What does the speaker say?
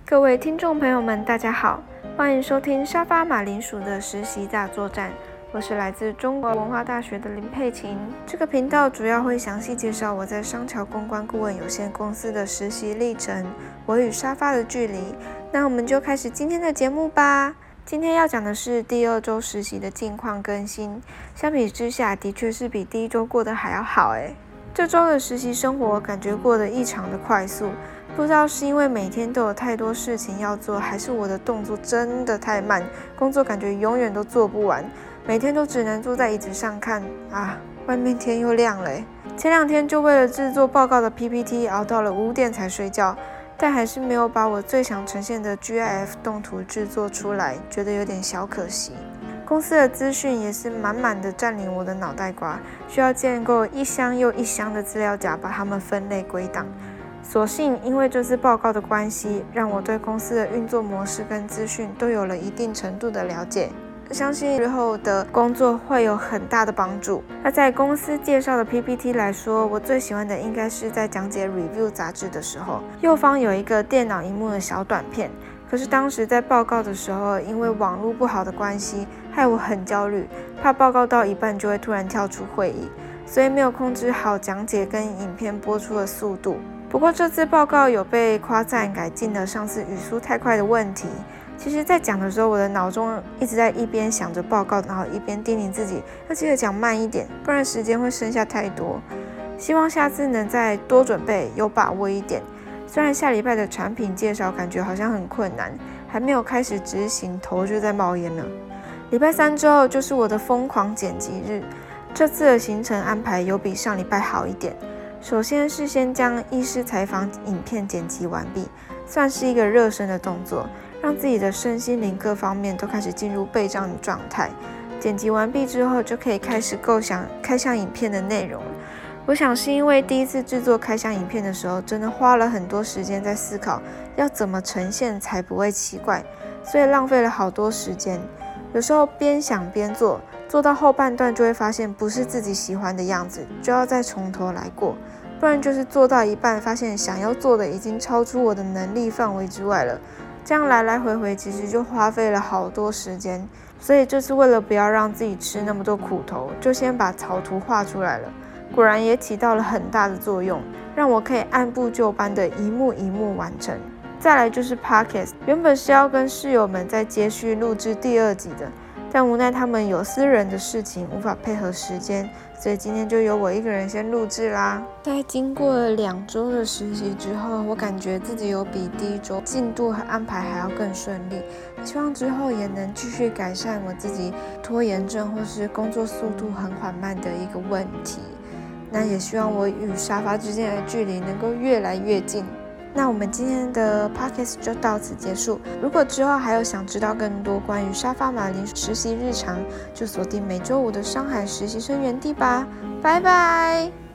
各位听众朋友们，大家好，欢迎收听沙发马铃薯的实习大作战。我是来自中国文化大学的林佩琴。这个频道主要会详细介绍我在商桥公关顾问有限公司的实习历程，我与沙发的距离。那我们就开始今天的节目吧。今天要讲的是第2周实习的近况更新，相比之下，的确是比第1周过得还要好耶。这周的实习生活感觉过得异常的快速，不知道是因为每天都有太多事情要做，还是我的动作真的太慢，工作感觉永远都做不完，每天都只能坐在椅子上看外面天又亮了耶。前2天就为了制作报告的 PPT 熬到了5点才睡觉，但还是没有把我最想呈现的 GIF 动图制作出来，觉得有点小可惜。公司的资讯也是满满的占领我的脑袋瓜，需要建构一箱又一箱的资料夹，把它们分类归档。所幸因为这次报告的关系，让我对公司的运作模式跟资讯都有了一定程度的了解，相信日后的工作会有很大的帮助。那在公司介绍的 PPT 来说，我最喜欢的应该是在讲解 Review 杂志的时候，右方有一个电脑萤幕的小短片，可是当时在报告的时候，因为网络不好的关系，害我很焦虑，怕报告到一半就会突然跳出会议，所以没有控制好讲解跟影片播出的速度。不过这次报告有被夸赞改进了上次语速太快的问题。其实在讲的时候，我的脑中一直在一边想着报告，然后一边叮咛自己要记得讲慢一点，不然时间会剩下太多。希望下次能再多准备，有把握一点。虽然下礼拜的产品介绍感觉好像很困难，还没有开始执行，头就在冒烟了。礼拜3之后就是我的疯狂剪辑日，这次的行程安排有比上礼拜好一点。首先是先将医师采访影片剪辑完毕，算是一个热身的动作，让自己的身心灵各方面都开始进入备战的状态。剪辑完毕之后，就可以开始构想开箱影片的内容。我想是因为第一次制作开箱影片的时候，真的花了很多时间在思考要怎么呈现才不会奇怪，所以浪费了好多时间。有时候边想边做，做到后半段就会发现不是自己喜欢的样子，就要再从头来过。不然就是做到一半，发现想要做的已经超出我的能力范围之外了。这样来来回回，其实就花费了好多时间。所以这次为了不要让自己吃那么多苦头，就先把草图画出来了。果然也起到了很大的作用，让我可以按部就班的一幕一幕完成。再来就是 Podcast， 原本是要跟室友们再接续录制第2集的，但无奈他们有私人的事情无法配合时间，所以今天就由我一个人先录制啦。在经过了2周的实习之后，我感觉自己有比第1周进度和安排还要更顺利，希望之后也能继续改善我自己拖延症或是工作速度很缓慢的一个问题。那也希望我与沙发之间的距离能够越来越近。那我们今天的 podcast 就到此结束。如果之后还有想知道更多关于沙发马铃实习日常，就锁定每周5的上海实习生园地吧。拜拜。